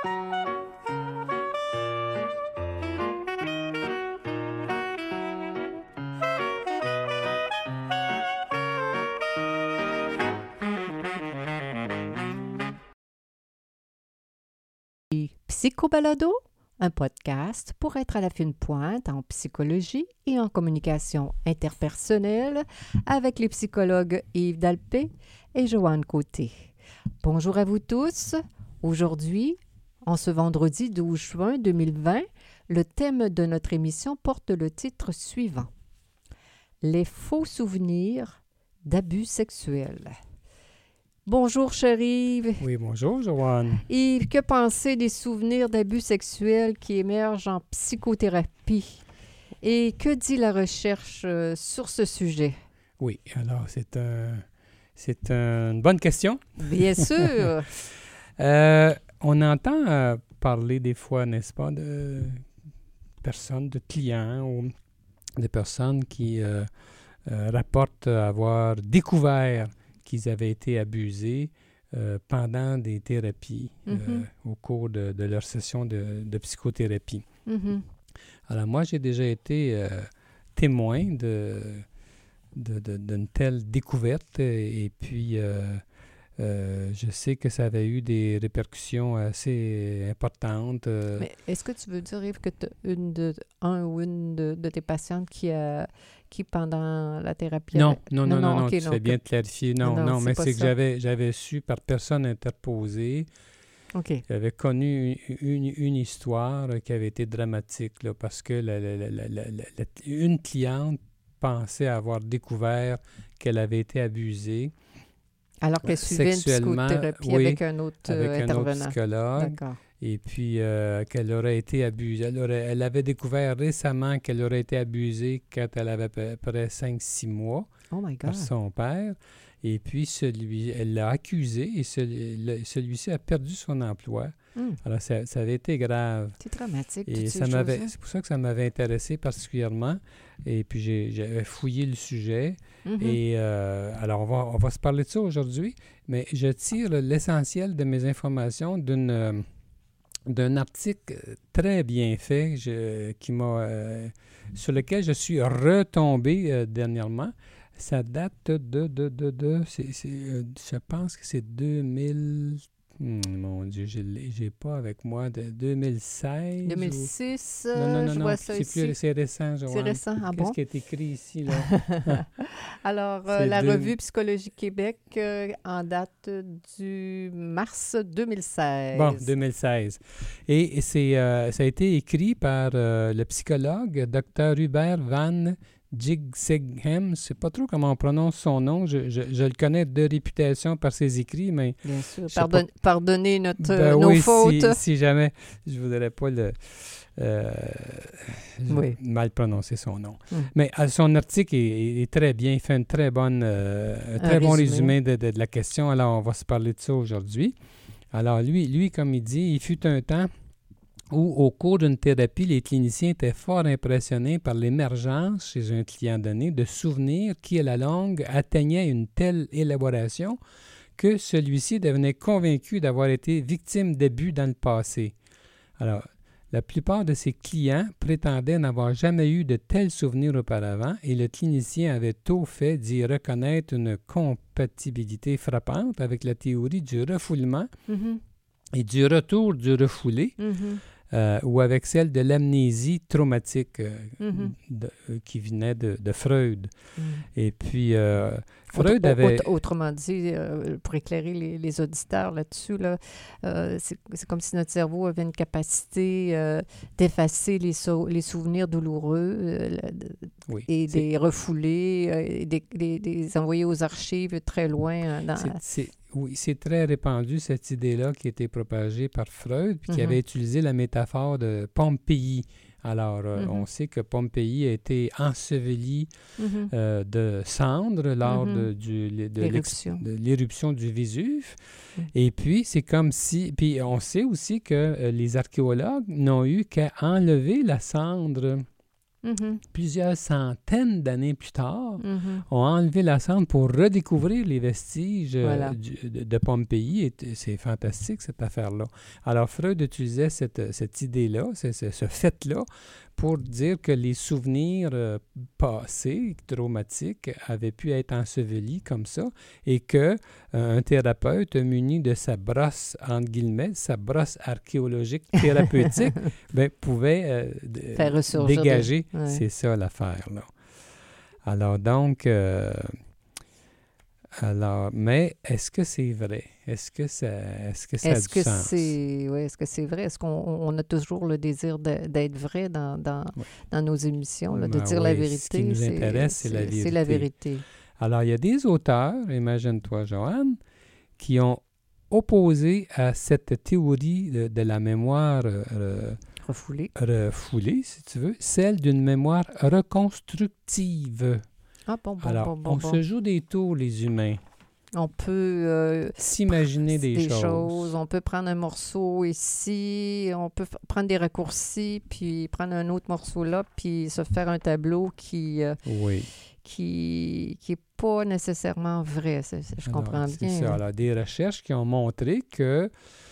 Psychobalado, un podcast pour être à la fine pointe en psychologie et en communication interpersonnelle avec les psychologues Yves Dalpé et Joanne Côté. Bonjour à vous tous. Aujourd'hui, en ce vendredi 12 juin 2020, le thème de notre émission porte le titre suivant: Les faux souvenirs d'abus sexuels. Bonjour, cher Yves. Oui, bonjour, Joanne. Yves, que penser des souvenirs d'abus sexuels qui émergent en psychothérapie? Et que dit la recherche sur ce sujet? Oui, alors c'est une bonne question. Bien sûr. On entend parler des fois, n'est-ce pas, de personnes, de clients ou de personnes qui rapportent avoir découvert qu'ils avaient été abusés pendant des thérapies au cours de leur session de psychothérapie. Mm-hmm. Alors moi, j'ai déjà été témoin d'une telle découverte et puis je sais que ça avait eu des répercussions assez importantes. Mais est-ce que tu veux dire, Yves, que tu as une de tes patientes qui pendant la thérapie... Non, okay, tu fais bien de clarifier. Non, mais c'est que j'avais su par personne interposée. Okay. J'avais connu une histoire qui avait été dramatique là, parce que une cliente pensait avoir découvert qu'elle avait été abusée. Alors qu'elle suivait une psychothérapie avec un autre intervenant. Un autre psychologue. D'accord. Et puis qu'elle aurait été abusée. Elle avait découvert récemment qu'elle aurait été abusée quand elle avait à peu près 5-6 mois par son père. Et puis elle l'a accusé et celui-ci a perdu son emploi. Alors ça avait été grave. C'est dramatique. Et c'est pour ça que ça m'avait intéressé particulièrement. Et puis j'avais fouillé le sujet. Et alors on va se parler de ça aujourd'hui. Mais je tire l'essentiel de mes informations d'un article très bien fait sur lequel je suis retombé dernièrement. Ça date je pense que c'est 2000... mon Dieu, j'ai pas avec moi de 2016. 2006, non, je vois ça ici. C'est récent, Joanne. C'est récent, bon? Qu'est-ce qui est écrit ici, là? Alors, la Revue Psychologie Québec en date du mars 2016. Bon, 2016. Et ça a été écrit par le psychologue Dr. Hubert Van Jigsehem, je ne sais pas trop comment on prononce son nom. Je le connais de réputation par ses écrits, mais... Bien sûr. Pardonnez nos fautes. Si jamais, je ne voudrais pas mal prononcer son nom. Mais son article est très bien. Il fait un très bon résumé de la question. Alors, on va se parler de ça aujourd'hui. Alors, lui, comme il dit, il fut un temps où, au cours d'une thérapie, les cliniciens étaient fort impressionnés par l'émergence, chez un client donné, de souvenirs qui, à la longue, atteignaient une telle élaboration que celui-ci devenait convaincu d'avoir été victime d'abus dans le passé. Alors, la plupart de ses clients prétendaient n'avoir jamais eu de tels souvenirs auparavant et le clinicien avait tôt fait d'y reconnaître une compatibilité frappante avec la théorie du refoulement et du retour du refoulé. Ou avec celle de l'amnésie traumatique qui venait de Freud. Et puis, Freud avait... Autrement dit, pour éclairer les auditeurs là-dessus, c'est comme si notre cerveau avait une capacité d'effacer les souvenirs douloureux et de les refouler, et de les envoyer aux archives très loin. Oui, c'est très répandu, cette idée-là qui a été propagée par Freud, puis qui avait utilisé la métaphore de Pompéi. Alors, on sait que Pompéi a été enseveli de cendres lors de l'éruption du Vésuve. Et puis, c'est comme si... Puis, on sait aussi que les archéologues n'ont eu qu'à enlever la cendre plusieurs centaines d'années plus tard, ont enlevé la cendre pour redécouvrir les vestiges de Pompéi. Et c'est fantastique, cette affaire-là. Alors, Freud utilisait cette idée-là, ce fait-là, pour dire que les souvenirs passés, traumatiques, avaient pu être ensevelis comme ça et qu'un thérapeute muni de sa brosse, entre guillemets, sa brosse archéologique thérapeutique, pouvait dégager. Ouais. C'est ça l'affaire, là. Alors, donc... mais est-ce que c'est vrai? Est-ce que ça a du sens? Est-ce que c'est vrai? Est-ce qu'on a toujours le désir d'être vrai dans nos émissions, là, de dire la vérité? Ce qui nous intéresse, c'est la vérité. C'est la vérité. Alors, il y a des auteurs, imagine-toi, Joanne, qui ont opposé à cette théorie de la mémoire refoulée, si tu veux, celle d'une mémoire reconstructive. On se joue des tours, les humains. On peut s'imaginer des choses. On peut prendre un morceau ici, on peut prendre des raccourcis, puis prendre un autre morceau là, puis se faire un tableau qui est pas nécessairement vrai. Je comprends bien. C'est ça. Alors, des recherches qui ont montré que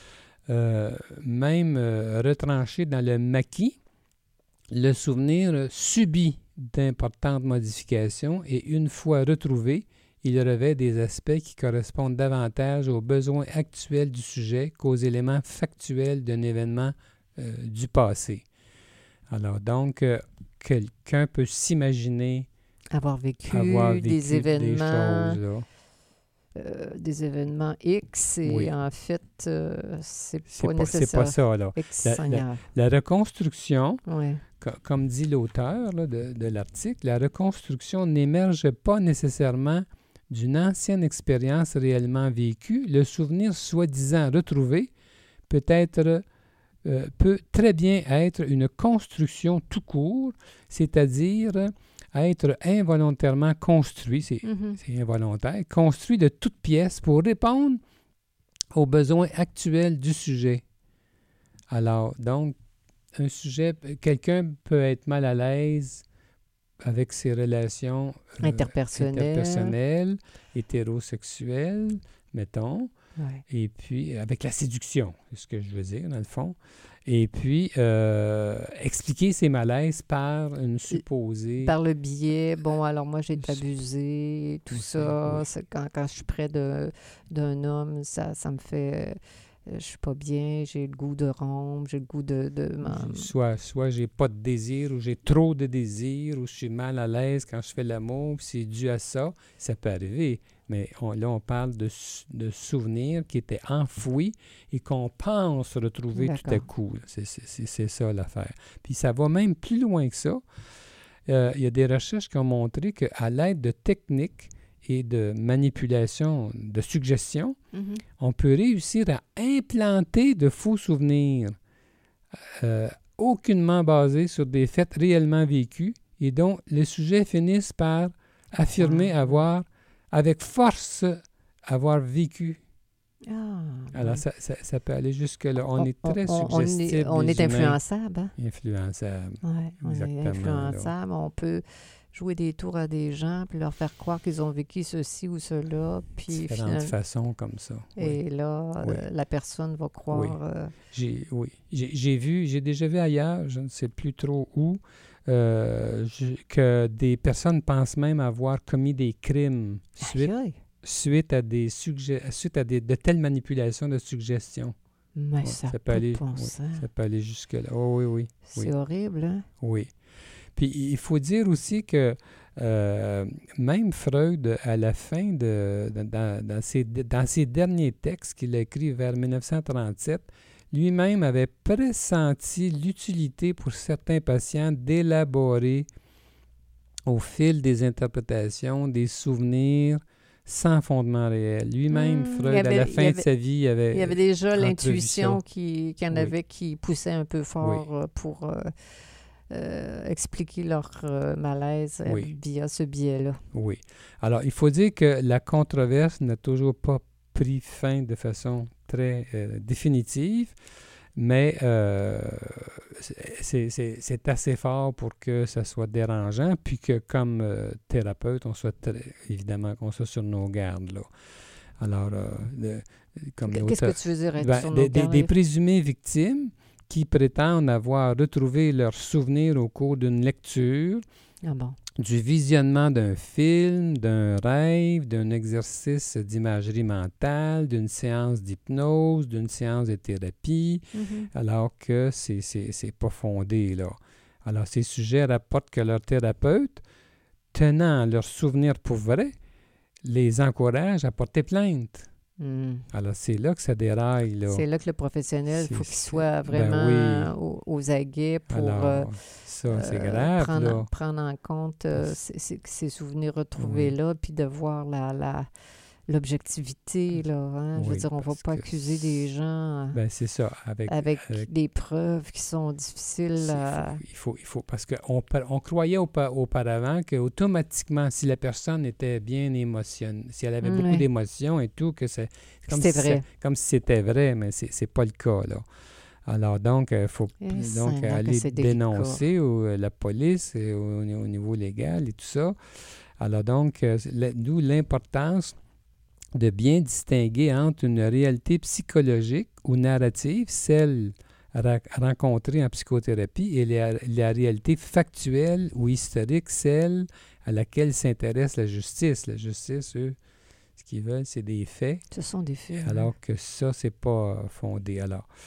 même retranché dans le maquis, le souvenir subit d'importantes modifications et une fois retrouvé, il revêt des aspects qui correspondent davantage aux besoins actuels du sujet qu'aux éléments factuels d'un événement du passé. Alors donc, quelqu'un peut s'imaginer avoir vécu des événements, des événements X et en fait, c'est pas nécessaire. C'est pas ça, là. La reconstruction, comme dit l'auteur là, de l'article, la reconstruction n'émerge pas nécessairement d'une ancienne expérience réellement vécue. Le souvenir soi-disant retrouvé peut très bien être une construction tout court, c'est-à-dire être involontairement construit, c'est involontaire, construit de toutes pièces pour répondre aux besoins actuels du sujet. Alors, donc, quelqu'un peut être mal à l'aise avec ses relations interpersonnelles, hétérosexuelles, mettons, et puis avec la séduction, c'est ce que je veux dire, dans le fond. Et puis, expliquer ses malaises par une supposée... Par le biais, alors moi, j'ai été abusée, tout ça. Oui. Quand je suis près d'un homme, ça me fait... je suis pas bien, j'ai le goût de rompre, j'ai le goût de Soit j'ai pas de désir, ou j'ai trop de désir, ou je suis mal à l'aise quand je fais l'amour, puis c'est dû à ça. Ça peut arriver. Mais là, on parle de souvenirs qui étaient enfouis et qu'on pense retrouver tout à coup. C'est ça l'affaire. Puis ça va même plus loin que ça. Il y a des recherches qui ont montré qu'à l'aide de techniques et de manipulation, de suggestion, on peut réussir à implanter de faux souvenirs aucunement basés sur des faits réellement vécus et dont les sujets finissent par affirmer avec force avoir vécu. Alors, ça peut aller jusque-là. On est très suggestible. On est influençable. Hein? Influençable. Oui, on est influençable. On peut jouer des tours à des gens puis leur faire croire qu'ils ont vécu ceci ou cela. Puis différentes façons comme ça. Et là, la personne va croire... J'ai déjà vu ailleurs, je ne sais plus trop où, que des personnes pensent même avoir commis des crimes suite à de telles manipulations de suggestion. Mais ça peut aller jusque-là. Oh, oui. C'est horrible, hein? Oui. Puis il faut dire aussi que même Freud, à la fin, dans ses derniers textes qu'il a écrits vers 1937, lui-même avait pressenti l'utilité pour certains patients d'élaborer au fil des interprétations des souvenirs sans fondement réel. Lui-même, Freud, à la fin de sa vie, il avait déjà l'intuition qu'il y en avait qui poussait un peu fort pour expliquer leur malaise via ce biais-là. Oui. Alors, il faut dire que la controverse n'a toujours pas pris fin de façon très définitive. mais c'est assez fort pour que ça soit dérangeant, puis que comme thérapeute, on soit évidemment qu'on soit sur nos gardes, là. Alors, qu'est-ce que tu veux dire être sur nos gardes? Des présumées victimes qui prétendent avoir retrouvé leurs souvenirs au cours d'une lecture, du visionnement d'un film, d'un rêve, d'un exercice d'imagerie mentale, d'une séance d'hypnose, d'une séance de thérapie, alors que c'est pas fondé, là. Alors, ces sujets rapportent que leur thérapeute, tenant leurs souvenirs pour vrai, les encourage à porter plainte. Alors, c'est là que ça déraille, là. C'est là que le professionnel, il faut qu'il soit vraiment aux aguets pour ça, c'est grave, prendre en compte ces souvenirs retrouvés-là, puis de voir l'objectivité, là. Hein? Je veux dire, on ne va pas accuser des gens c'est ça, avec des preuves qui sont difficiles. Il faut parce qu'on croyait auparavant qu'automatiquement, si la personne était bien émotionnelle, si elle avait beaucoup d'émotions et tout, que c'est comme si c'était vrai, mais c'est pas le cas, là. Alors, donc, il faut aller dénoncer la police au niveau légal et tout ça. Alors, donc, d'où l'importance de bien distinguer entre une réalité psychologique ou narrative, celle rencontrée en psychothérapie, et la réalité factuelle ou historique, celle à laquelle s'intéresse la justice. La justice, eux, ce qu'ils veulent, c'est des faits. Ce sont des faits. Alors que ça, c'est pas fondé.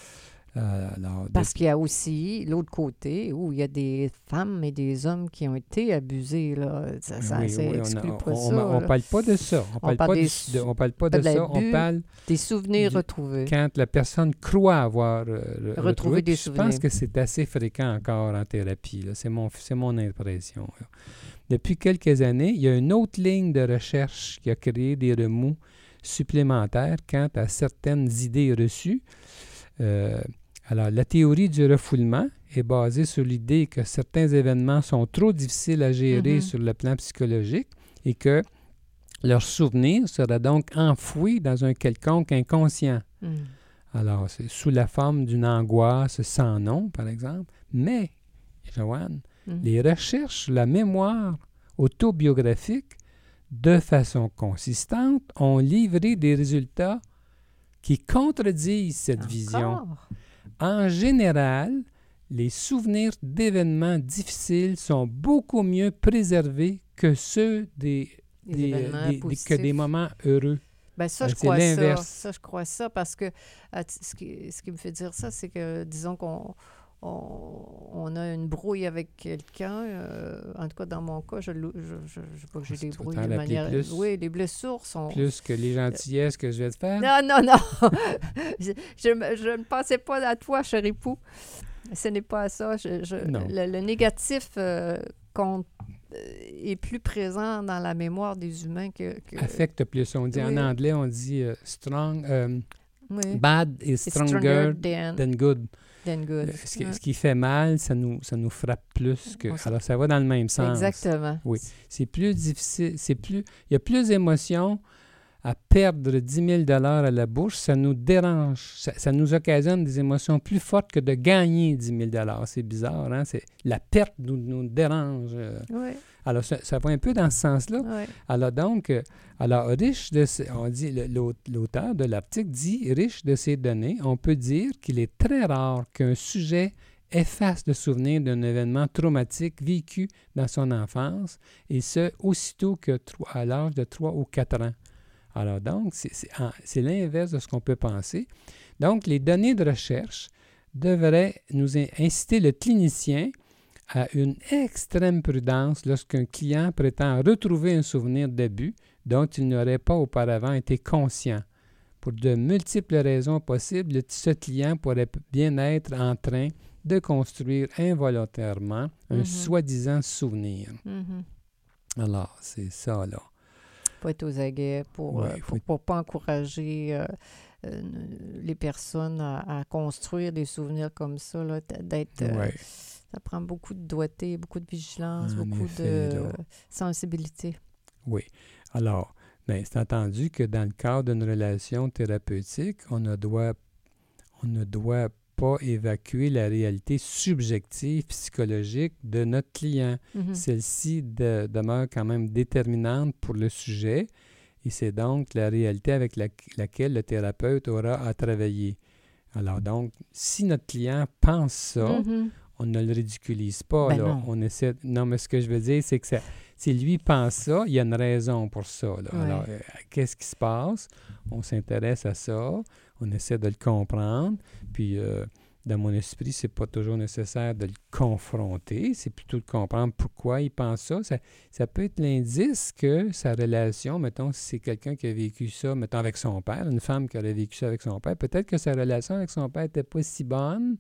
Parce qu'il y a aussi l'autre côté où il y a des femmes et des hommes qui ont été abusés. Là. Ça exclut pas ça. On ne parle pas de ça. On parle pas de ça. On parle des souvenirs retrouvés. Quand la personne croit avoir retrouvé des souvenirs. Je pense que c'est assez fréquent encore en thérapie. Là. C'est mon impression. Là. Depuis quelques années, il y a une autre ligne de recherche qui a créé des remous supplémentaires quant à certaines idées reçues. Alors, la théorie du refoulement est basée sur l'idée que certains événements sont trop difficiles à gérer sur le plan psychologique et que leur souvenir sera donc enfoui dans un quelconque inconscient. Alors, c'est sous la forme d'une angoisse sans nom, par exemple. Mais, Joanne, les recherches sur la mémoire autobiographique, de façon consistante, ont livré des résultats qui contredisent cette vision. En général, les souvenirs d'événements difficiles sont beaucoup mieux préservés que ceux que des moments heureux. Bien, ça, je crois l'inverse. Ça, je crois ça parce que ce qui me fait dire ça, c'est que, disons qu'on a une brouille avec quelqu'un. En tout cas, dans mon cas, je ne sais pas que j'ai des brouilles de manière... Oui, les blessures sont... Plus que les gentillesses que je vais te faire? Non. je ne pensais pas à toi, cher époux. Ce n'est pas ça. Le négatif est plus présent dans la mémoire des humains que... Affecte plus. On dit en anglais, on dit strong... Bad is stronger than good. Ce qui fait mal, ça nous frappe plus que... Alors, ça va dans le même sens. Exactement. Oui. C'est plus difficile. Il y a plus d'émotions à perdre 10 000 $ à la bourse. Ça nous dérange. Ça nous occasionne des émotions plus fortes que de gagner 10 000 $. C'est bizarre, hein? La perte nous dérange. Oui. Alors, ça va un peu dans ce sens-là. Oui. Alors, donc, riche de... On dit, l'auteur de l'article dit, riche de ces données, on peut dire qu'il est très rare qu'un sujet efface le souvenir d'un événement traumatique vécu dans son enfance, et ce, aussitôt à l'âge de 3 ou 4 ans. Alors, donc, c'est l'inverse de ce qu'on peut penser. Donc, les données de recherche devraient nous inciter le clinicien à une extrême prudence lorsqu'un client prétend retrouver un souvenir d'abus dont il n'aurait pas auparavant été conscient. Pour de multiples raisons possibles, ce client pourrait bien être en train de construire involontairement un soi-disant souvenir. Alors, c'est ça, là. Il faut être aux aguets pour ne pas encourager les personnes à construire des souvenirs comme ça, là, d'être... Ça prend beaucoup de doigté, beaucoup de vigilance, beaucoup de sensibilité. Oui. Alors, c'est entendu que dans le cadre d'une relation thérapeutique, on ne doit pas évacuer la réalité subjective, psychologique de notre client. Celle-ci demeure quand même déterminante pour le sujet et c'est donc la réalité avec laquelle le thérapeute aura à travailler. Alors donc, si notre client pense ça, on ne le ridiculise pas. Ben là. non. On essaie... Non, mais ce que je veux dire, c'est que si lui pense ça, il y a une raison pour ça. Là. Ouais. Alors, qu'est-ce qui se passe? On s'intéresse à ça, on essaie de le comprendre, puis dans mon esprit, c'est pas toujours nécessaire de le confronter, c'est plutôt de comprendre pourquoi il pense ça. Ça peut être l'indice que sa relation, mettons, si c'est quelqu'un qui a vécu ça, mettons, avec son père, une femme qui aurait vécu ça avec son père, peut-être que sa relation avec son père n'était pas si bonne,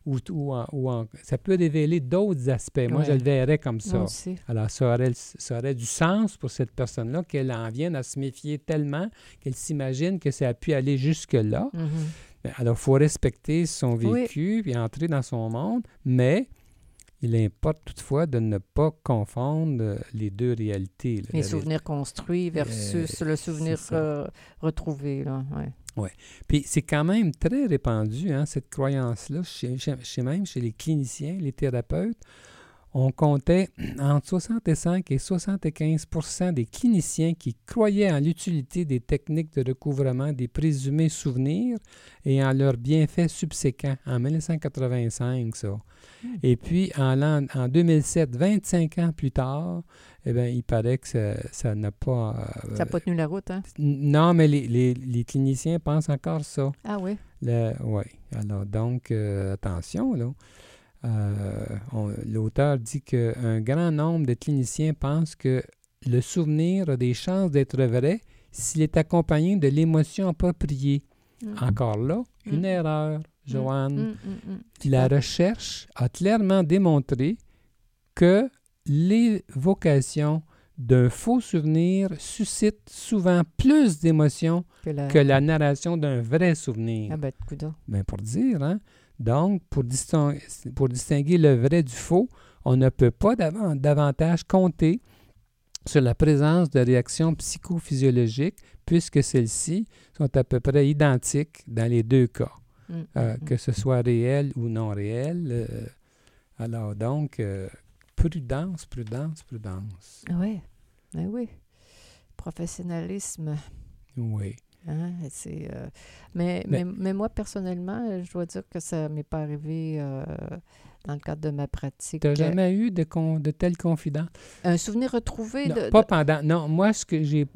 ça peut révéler d'autres aspects. Moi, je le verrais comme ça. Alors, ça aurait du sens pour cette personne-là qu'elle en vienne à se méfier tellement qu'elle s'imagine que ça a pu aller jusque-là. Alors, il faut respecter son vécu et entrer dans son monde, mais il importe toutefois de ne pas confondre les deux réalités. Là, les souvenirs construits versus le souvenir retrouvé. Oui. Puis c'est quand même très répandu, hein, cette croyance-là, même chez les cliniciens, les thérapeutes. On comptait entre 65 et 75 % des cliniciens qui croyaient en l'utilité des techniques de recouvrement des présumés souvenirs et en leurs bienfaits subséquents, en 1985, ça. Et puis, en 2007, 25 ans plus tard, eh bien, il paraît que ça n'a pas... ça n'a pas tenu la route, hein? Non, mais les cliniciens pensent encore ça. Ah oui? Oui. Alors, donc, attention, là. L'auteur dit qu'un grand nombre de cliniciens pensent que le souvenir a des chances d'être vrai s'il est accompagné de l'émotion appropriée. Encore là, une erreur, Joanne. La recherche a clairement démontré que l'évocation d'un faux souvenir suscite souvent plus d'émotions que la narration d'un vrai souvenir. Ah ben, coudonc. Ben, pour dire, hein? Donc, pour distinguer le vrai du faux, on ne peut pas davantage compter sur la présence de réactions psychophysiologiques puisque celles-ci sont à peu près identiques dans les deux cas, que ce soit réel ou non réel. Alors donc, prudence. Oui, ben oui. Professionnalisme. Oui. Hein, mais moi, personnellement, je dois dire que ça ne m'est pas arrivé dans le cadre de ma pratique. Tu n'as jamais eu de telles confidences? Un souvenir retrouvé? Non, pas pendant... Non, moi, ce que j'ai...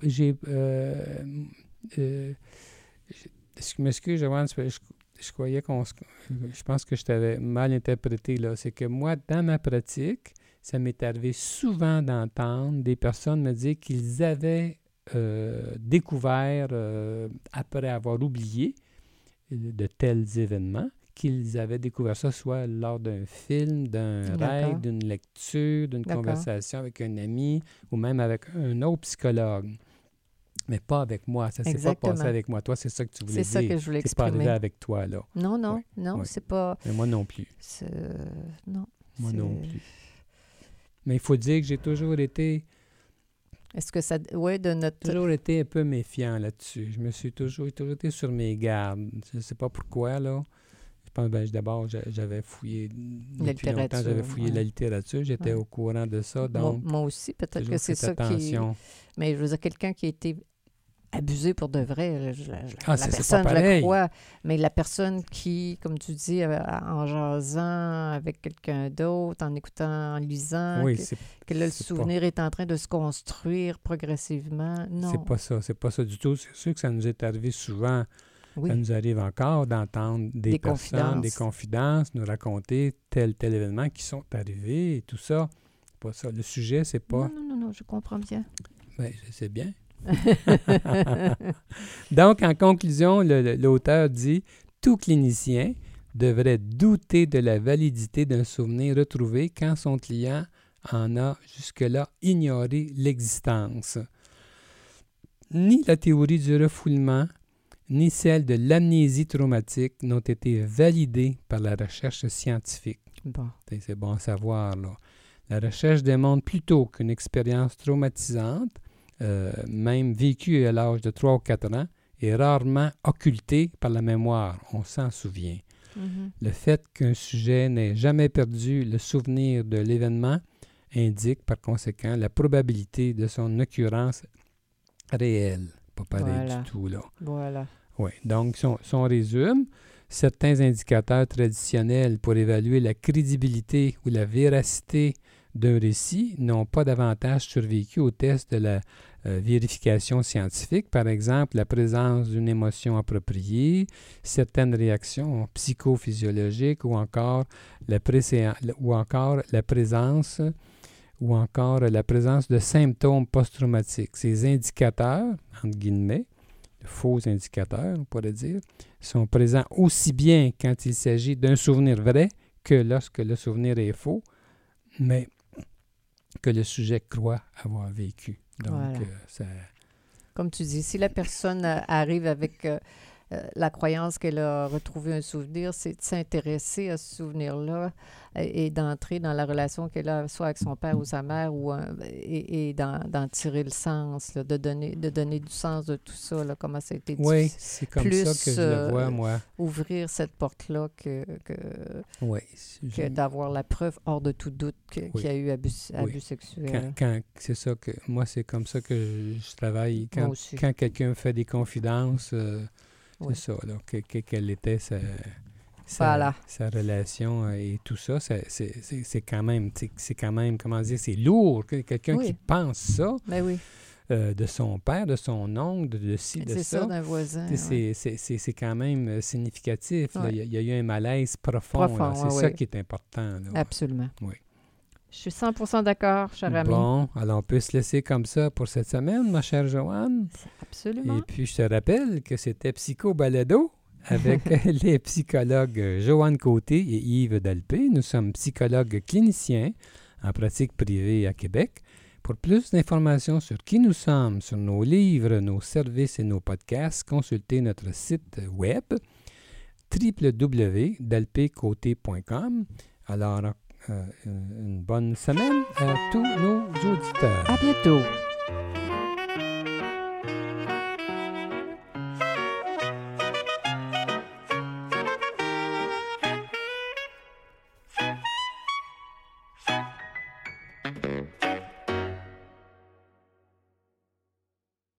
je m'excuse, Joanne, je croyais je pense que je t'avais mal interprété, là. C'est que moi, dans ma pratique, ça m'est arrivé souvent d'entendre des personnes me dire qu'ils avaient découvert, après avoir oublié de tels événements, qu'ils avaient découvert ça soit lors d'un film, d'un rêve, d'une lecture, d'une conversation avec un ami ou même avec un autre psychologue. Mais pas avec moi. Ça ne s'est pas passé avec moi. Toi, c'est ça que tu voulais dire. C'est ça que je voulais exprimer. C'est pas arrivé avec toi, là. Non, oui. C'est pas... Mais moi non plus. Non. Moi non plus. Mais il faut dire que j'ai toujours été... Est-ce que ça... Oui, de notre... toujours été un peu méfiant là-dessus. Je me suis toujours été sur mes gardes. Je ne sais pas pourquoi, là. Je pense, d'abord, j'avais fouillé... Depuis longtemps, j'avais fouillé la littérature. J'étais au courant de ça, donc... Moi aussi, peut-être que c'est ça attention. Mais je veux dire, quelqu'un qui a été abusé pour de vrai, la c'est personne, pas je pareil. la crois. Mais la personne qui, comme tu dis, en jasant avec quelqu'un d'autre, en écoutant, en lisant, que là, le souvenir est en train de se construire progressivement, non. C'est pas ça du tout. C'est sûr que ça nous est arrivé souvent. Oui. Ça nous arrive encore d'entendre des personnes, des confidences, nous raconter tel événement qui sont arrivés et tout ça. C'est pas ça. Le sujet, c'est pas... Non, je comprends bien. Bien, je sais bien. Donc, en conclusion, l'auteur dit « Tout clinicien devrait douter de la validité d'un souvenir retrouvé quand son client en a jusque-là ignoré l'existence. Ni la théorie du refoulement, ni celle de l'amnésie traumatique n'ont été validées par la recherche scientifique. » Bon. C'est bon à savoir, là. La recherche démontre plutôt qu'une expérience traumatisante, même vécue à l'âge de 3 ou 4 ans, est rarement occultée par la mémoire. On s'en souvient. Le fait qu'un sujet n'ait jamais perdu le souvenir de l'événement indique par conséquent la probabilité de son occurrence réelle. Pas pareil du tout, là. Voilà. Oui, donc, si on résume, certains indicateurs traditionnels pour évaluer la crédibilité ou la véracité d'un récit n'ont pas davantage survécu au test de la vérification scientifique. Par exemple, la présence d'une émotion appropriée, certaines réactions psychophysiologiques ou encore la présence de symptômes post-traumatiques. Ces indicateurs, entre guillemets, faux indicateurs, on pourrait dire, sont présents aussi bien quand il s'agit d'un souvenir vrai que lorsque le souvenir est faux, mais que le sujet croit avoir vécu. Donc, voilà. Ça... Comme tu dis, si la personne arrive avec la croyance qu'elle a retrouvé un souvenir, c'est de s'intéresser à ce souvenir-là et d'entrer dans la relation qu'elle a soit avec son père ou sa mère et d'en tirer le sens, là, de donner du sens de tout ça, là, comment ça a été Oui, c'est comme plus, ça que je le vois, moi. Ouvrir cette porte-là que d'avoir la preuve hors de tout doute qu'il y a eu abus sexuel. C'est ça que moi, c'est comme ça que je travaille. Quand quelqu'un fait des confidences... C'est ça, là, quelle était sa relation et tout ça, c'est quand même, comment dire, c'est lourd. Quelqu'un qui pense ça de son père, de son oncle, de ci, de ça. C'est ça d'un voisin. C'est quand même significatif. Là. Il y a eu un malaise profond. C'est ça qui est important. Là. Absolument. Oui. Je suis 100% d'accord, cher ami. Bon, alors on peut se laisser comme ça pour cette semaine, ma chère Joanne. Absolument. Et puis, je te rappelle que c'était Psycho Balado avec les psychologues Joanne Côté et Yves Dalpé. Nous sommes psychologues cliniciens en pratique privée à Québec. Pour plus d'informations sur qui nous sommes, sur nos livres, nos services et nos podcasts, consultez notre site web www.dalpécoté.com. Alors, une bonne semaine à tous nos auditeurs. À bientôt.